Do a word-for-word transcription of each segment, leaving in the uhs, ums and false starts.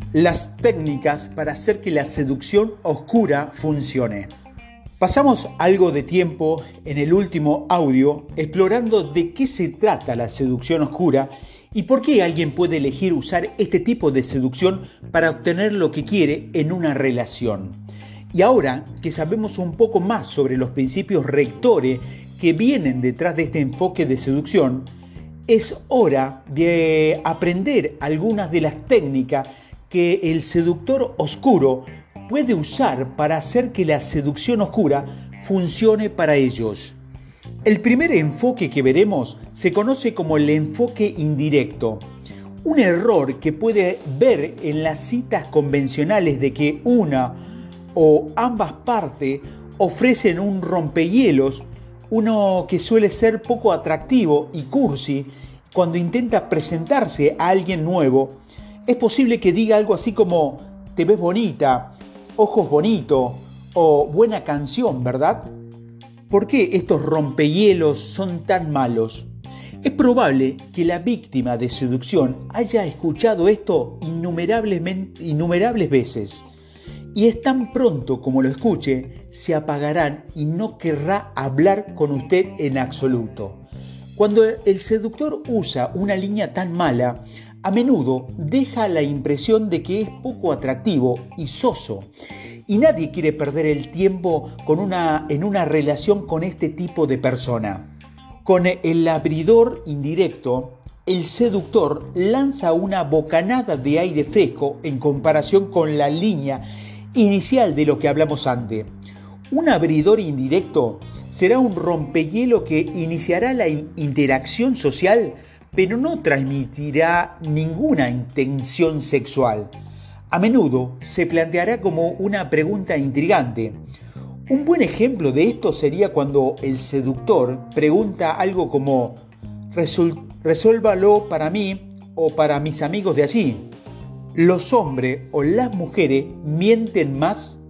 Las técnicas para hacer que la seducción oscura funcione. Pasamos algo de tiempo en el último audio explorando de qué se trata la seducción oscura y por qué alguien puede elegir usar este tipo de seducción para obtener lo que quiere en una relación. Y ahora que sabemos un poco más sobre los principios rectores que vienen detrás de este enfoque de seducción, es hora de aprender algunas de las técnicas que el seductor oscuro puede usar para hacer que la seducción oscura funcione para ellos. El primer enfoque que veremos se conoce como el enfoque indirecto, un error que puede ver en las citas convencionales de que una o ambas partes ofrecen un rompehielos, uno que suele ser poco atractivo y cursi cuando intenta presentarse a alguien nuevo. Es posible que diga algo así como "te ves bonita", "ojos bonitos" o "buena canción", ¿verdad? ¿Por qué estos rompehielos son tan malos? Es probable que la víctima de seducción haya escuchado esto innumerables, innumerables veces. Y es tan pronto como lo escuche, se apagarán y no querrá hablar con usted en absoluto. Cuando el seductor usa una línea tan mala, a menudo deja la impresión de que es poco atractivo y soso. Y nadie quiere perder el tiempo con una, en una relación con este tipo de persona. Con el abridor indirecto, el seductor lanza una bocanada de aire fresco en comparación con la línea inicial de lo que hablamos antes. Un abridor indirecto será un rompehielo que iniciará la interacción social, pero no transmitirá ninguna intención sexual. A menudo se planteará como una pregunta intrigante. Un buen ejemplo de esto sería cuando el seductor pregunta algo como "resuélvalo para mí o para mis amigos de allí". ¿Los hombres o las mujeres mienten más?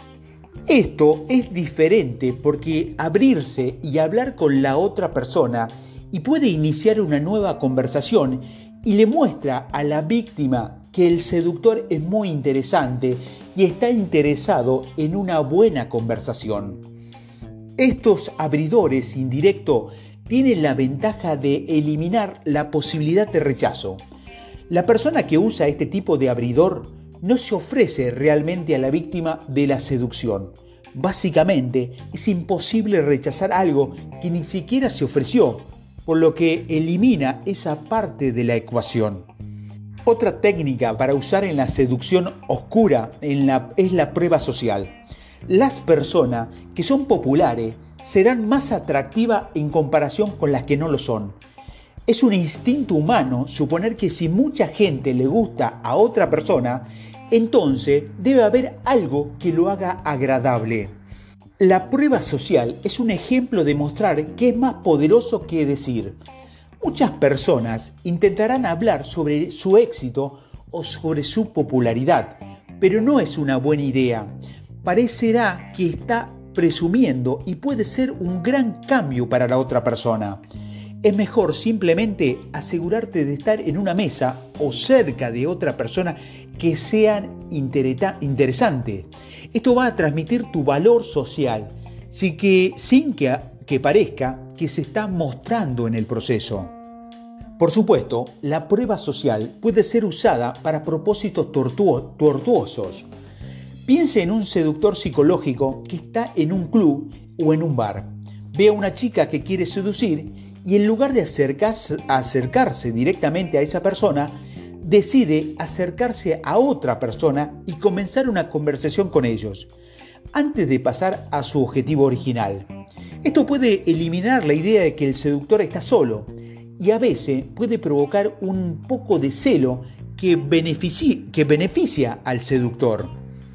Esto es diferente porque abrirse y hablar con la otra persona y puede iniciar una nueva conversación y le muestra a la víctima que el seductor es muy interesante y está interesado en una buena conversación. Estos abridores indirectos tienen la ventaja de eliminar la posibilidad de rechazo. La persona que usa este tipo de abridor no se ofrece realmente a la víctima de la seducción. Básicamente, es imposible rechazar algo que ni siquiera se ofreció, por lo que elimina esa parte de la ecuación. Otra técnica para usar en la seducción oscura en la, es la prueba social. Las personas que son populares serán más atractivas en comparación con las que no lo son. Es un instinto humano suponer que si mucha gente le gusta a otra persona, entonces debe haber algo que lo haga agradable. La prueba social es un ejemplo de mostrar que es más poderoso que decir. Muchas personas intentarán hablar sobre su éxito o sobre su popularidad, pero no es una buena idea. Parecerá que está presumiendo y puede ser un gran cambio para la otra persona. Es mejor simplemente asegurarte de estar en una mesa o cerca de otra persona que sean interesantes. Esto va a transmitir tu valor social, sin que, sin que, que parezca que se está mostrando en el proceso. Por supuesto, la prueba social puede ser usada para propósitos tortuo- tortuosos. Piense en un seductor psicológico que está en un club o en un bar. Ve a una chica que quiere seducir y en lugar de acercarse, acercarse directamente a esa persona, decide acercarse a otra persona y comenzar una conversación con ellos, antes de pasar a su objetivo original. Esto puede eliminar la idea de que el seductor está solo y a veces puede provocar un poco de celo que beneficia, que beneficia al seductor.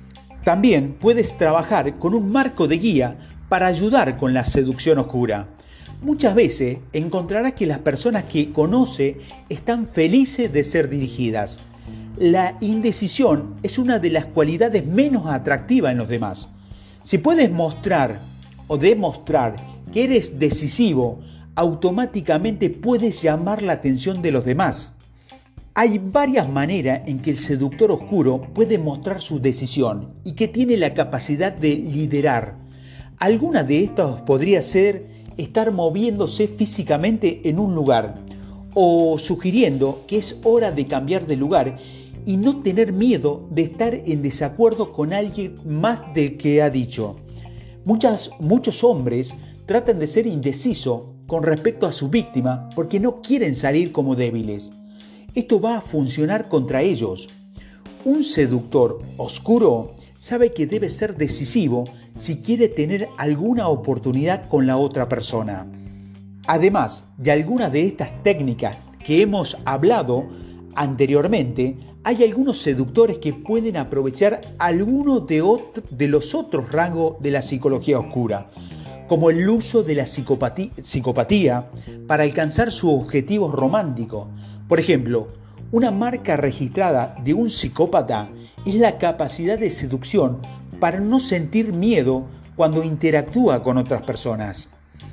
También puedes trabajar con un marco de guía para ayudar con la seducción oscura. Muchas veces encontrarás que las personas que conoce están felices de ser dirigidas. La indecisión es una de las cualidades menos atractivas en los demás. Si puedes mostrar o demostrar que eres decisivo, automáticamente puedes llamar la atención de los demás. Hay varias maneras en que el seductor oscuro puede mostrar su decisión y que tiene la capacidad de liderar. Alguna de estas podría ser estar moviéndose físicamente en un lugar o sugiriendo que es hora de cambiar de lugar y no tener miedo de estar en desacuerdo con alguien más del que ha dicho. Muchas, muchos hombres tratan de ser indecisos con respecto a su víctima porque no quieren salir como débiles. Esto va a funcionar contra ellos. Un seductor oscuro sabe que debe ser decisivo si quiere tener alguna oportunidad con la otra persona. Además de algunas de estas técnicas que hemos hablado anteriormente, hay algunos seductores que pueden aprovechar algunos de, otro, de los otros rangos de la psicología oscura, como el uso de la psicopatía, psicopatía para alcanzar sus objetivos románticos. Por ejemplo, una marca registrada de un psicópata es la capacidad de seducción para no sentir miedo cuando interactúa con otras personas.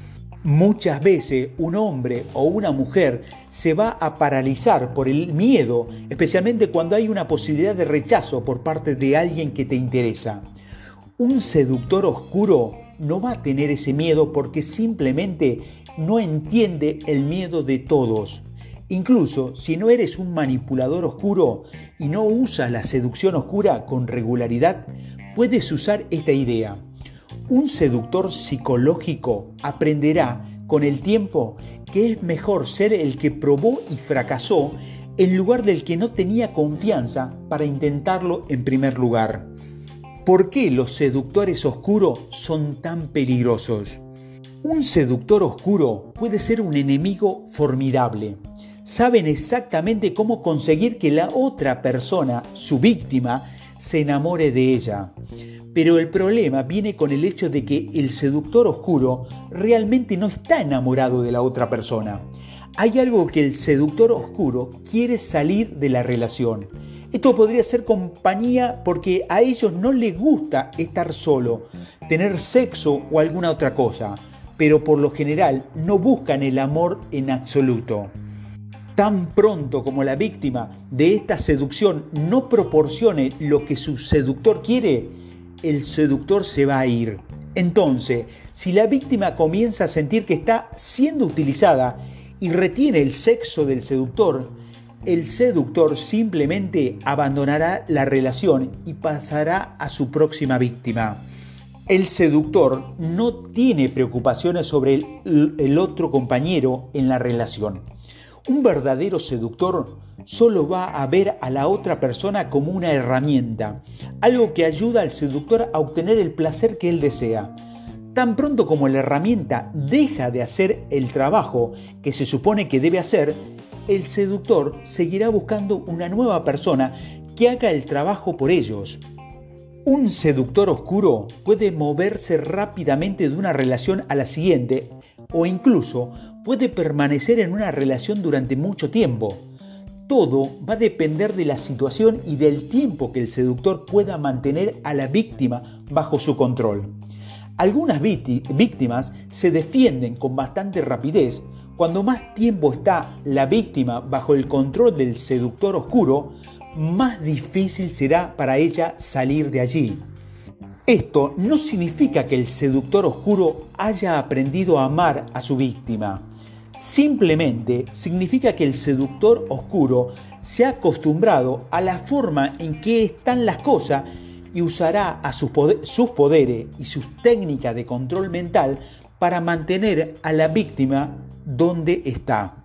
Muchas veces un hombre o una mujer se va a paralizar por el miedo, especialmente cuando hay una posibilidad de rechazo por parte de alguien que te interesa. Un seductor oscuro no va a tener ese miedo porque simplemente no entiende el miedo de todos. Incluso si no eres un manipulador oscuro y no usas la seducción oscura con regularidad, puedes usar esta idea. Un seductor psicológico aprenderá con el tiempo que es mejor ser el que probó y fracasó en lugar del que no tenía confianza para intentarlo en primer lugar. ¿Por qué los seductores oscuros son tan peligrosos? Un seductor oscuro puede ser un enemigo formidable. Saben exactamente cómo conseguir que la otra persona, su víctima, se enamore de ella. Pero el problema viene con el hecho de que el seductor oscuro realmente no está enamorado de la otra persona. Hay algo que el seductor oscuro quiere salir de la relación. Esto podría ser compañía porque a ellos no les gusta estar solo, tener sexo o alguna otra cosa, pero por lo general no buscan el amor en absoluto. Tan pronto como la víctima de esta seducción no proporcione lo que su seductor quiere, el seductor se va a ir. Entonces, si la víctima comienza a sentir que está siendo utilizada y retiene el sexo del seductor, el seductor simplemente abandonará la relación y pasará a su próxima víctima. El seductor no tiene preocupaciones sobre el, el otro compañero en la relación. Un verdadero seductor solo va a ver a la otra persona como una herramienta, algo que ayuda al seductor a obtener el placer que él desea. Tan pronto como la herramienta deja de hacer el trabajo que se supone que debe hacer, el seductor seguirá buscando una nueva persona que haga el trabajo por ellos. Un seductor oscuro puede moverse rápidamente de una relación a la siguiente o incluso puede permanecer en una relación durante mucho tiempo. Todo va a depender de la situación y del tiempo que el seductor pueda mantener a la víctima bajo su control. Algunas víctimas se defienden con bastante rapidez. Cuando más tiempo está la víctima bajo el control del seductor oscuro, más difícil será para ella salir de allí. Esto no significa que el seductor oscuro haya aprendido a amar a su víctima. Simplemente significa que el seductor oscuro se ha acostumbrado a la forma en que están las cosas y usará a sus, poder, sus poderes y sus técnicas de control mental para mantener a la víctima donde está.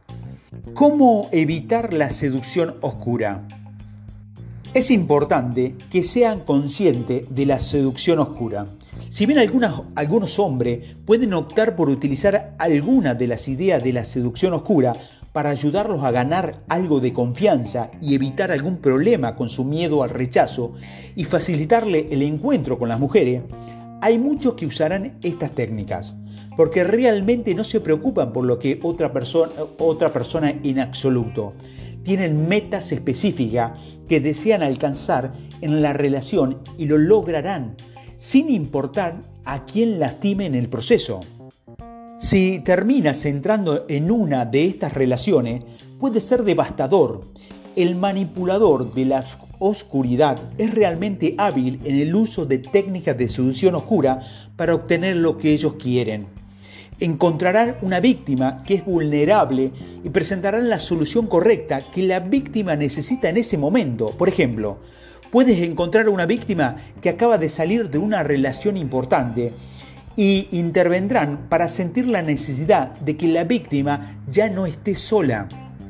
¿Cómo evitar la seducción oscura? Es importante que sean conscientes de la seducción oscura. Si bien algunas, algunos hombres pueden optar por utilizar alguna de las ideas de la seducción oscura para ayudarlos a ganar algo de confianza y evitar algún problema con su miedo al rechazo y facilitarle el encuentro con las mujeres, hay muchos que usarán estas técnicas porque realmente no se preocupan por lo que otra persona, otra persona en absoluto. Tienen metas específicas que desean alcanzar en la relación y lo lograrán, sin importar a quién lastime en el proceso. Si terminas entrando en una de estas relaciones, puede ser devastador El manipulador de la oscuridad es realmente hábil en el uso de técnicas de seducción oscura para obtener lo que ellos quieren. Encontrarán una víctima que es vulnerable y presentarán la solución correcta que la víctima necesita en ese momento. Por ejemplo, puedes encontrar una víctima que acaba de salir de una relación importante y intervendrán para sentir la necesidad de que la víctima ya no esté sola.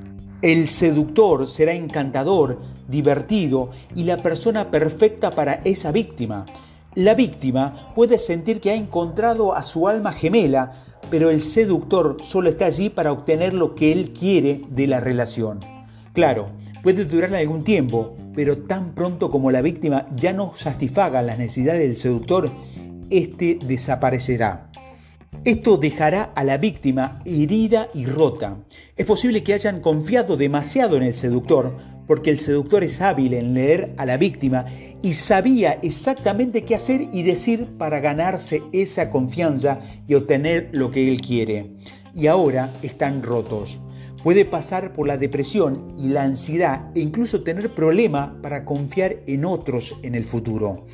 El seductor será encantador, divertido y la persona perfecta para esa víctima. La víctima puede sentir que ha encontrado a su alma gemela, pero el seductor solo está allí para obtener lo que él quiere de la relación. Claro, puede durar algún tiempo, pero tan pronto como la víctima ya no satisfaga las necesidades del seductor, éste desaparecerá. Esto dejará a la víctima herida y rota. Es posible que hayan confiado demasiado en el seductor, porque el seductor es hábil en leer a la víctima y sabía exactamente qué hacer y decir para ganarse esa confianza y obtener lo que él quiere. Y ahora están rotos. Puede pasar por la depresión y la ansiedad e incluso tener problemas para confiar en otros en el futuro.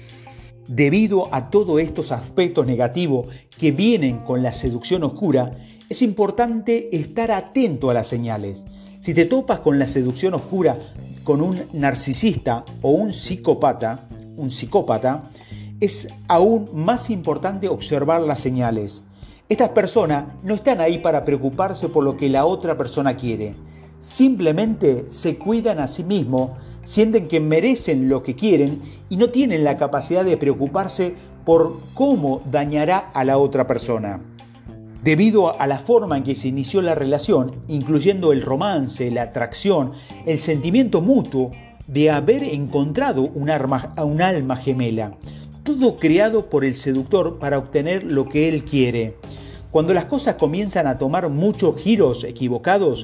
Debido a todos estos aspectos negativos que vienen con la seducción oscura, es importante estar atento a las señales. Si te topas con la seducción oscura con un narcisista o un psicópata, un psicópata, es aún más importante observar las señales. Estas personas no están ahí para preocuparse por lo que la otra persona quiere. Simplemente se cuidan a sí mismos, sienten que merecen lo que quieren y no tienen la capacidad de preocuparse por cómo dañará a la otra persona. Debido a la forma en que se inició la relación, incluyendo el romance, la atracción, el sentimiento mutuo de haber encontrado un alma, un alma gemela, todo creado por el seductor para obtener lo que él quiere. Cuando las cosas comienzan a tomar muchos giros equivocados,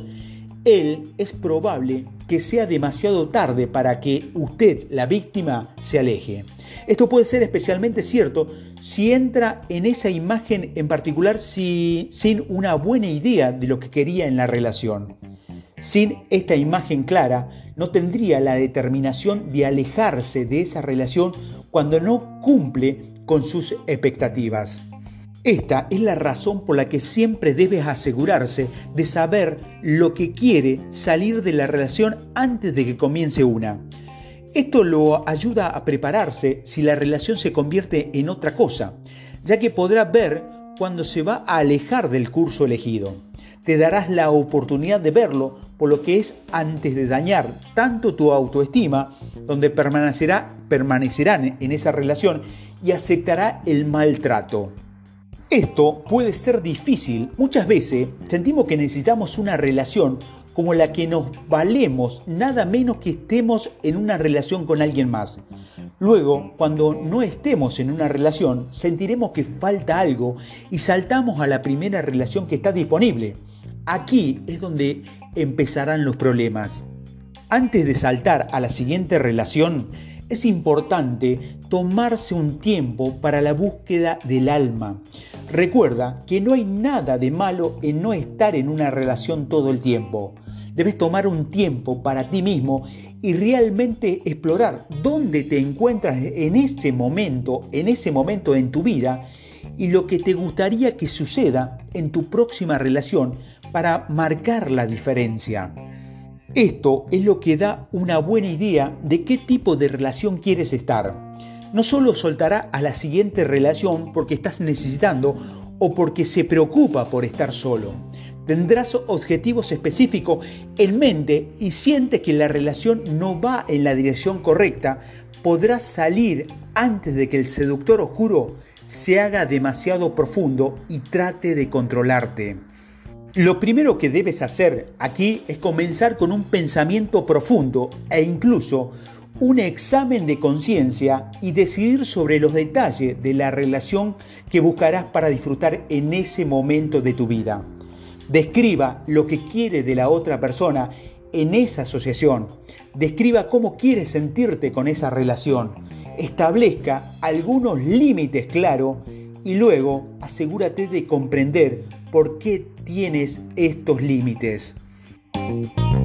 él es probable que sea demasiado tarde para que usted, la víctima, se aleje. Esto puede ser especialmente cierto si entra en esa imagen en particular si, sin una buena idea de lo que quería en la relación. Sin esta imagen clara, no tendría la determinación de alejarse de esa relación cuando no cumple con sus expectativas. Esta es la razón por la que siempre debes asegurarse de saber lo que quiere salir de la relación antes de que comience una. Esto lo ayuda a prepararse si la relación se convierte en otra cosa, ya que podrá ver cuando se va a alejar del curso elegido. Te darás la oportunidad de verlo por lo que es antes de dañar tanto tu autoestima, donde permanecerá, permanecerán en esa relación y aceptará el maltrato. Esto puede ser difícil. Muchas veces sentimos que necesitamos una relación como la que nos valemos nada menos que estemos en una relación con alguien más. Luego, cuando no estemos en una relación, sentiremos que falta algo y saltamos a la primera relación que está disponible. Aquí es donde empezarán los problemas. Antes de saltar a la siguiente relación, es importante tomarse un tiempo para la búsqueda del alma. Recuerda que no hay nada de malo en no estar en una relación todo el tiempo. Debes tomar un tiempo para ti mismo y realmente explorar dónde te encuentras en ese momento, en ese momento en tu vida y lo que te gustaría que suceda en tu próxima relación para marcar la diferencia. Esto es lo que da una buena idea de qué tipo de relación quieres estar. No solo soltará a la siguiente relación porque estás necesitando o porque se preocupa por estar solo. Tendrás objetivos específicos en mente y sientes que la relación no va en la dirección correcta, podrás salir antes de que el seductor oscuro se haga demasiado profundo y trate de controlarte. Lo primero que debes hacer aquí es comenzar con un pensamiento profundo e incluso un examen de conciencia y decidir sobre los detalles de la relación que buscarás para disfrutar en ese momento de tu vida. Describa lo que quiere de la otra persona en esa asociación. Describa cómo quieres sentirte con esa relación. Establezca algunos límites claros y luego asegúrate de comprender por qué tienes estos límites.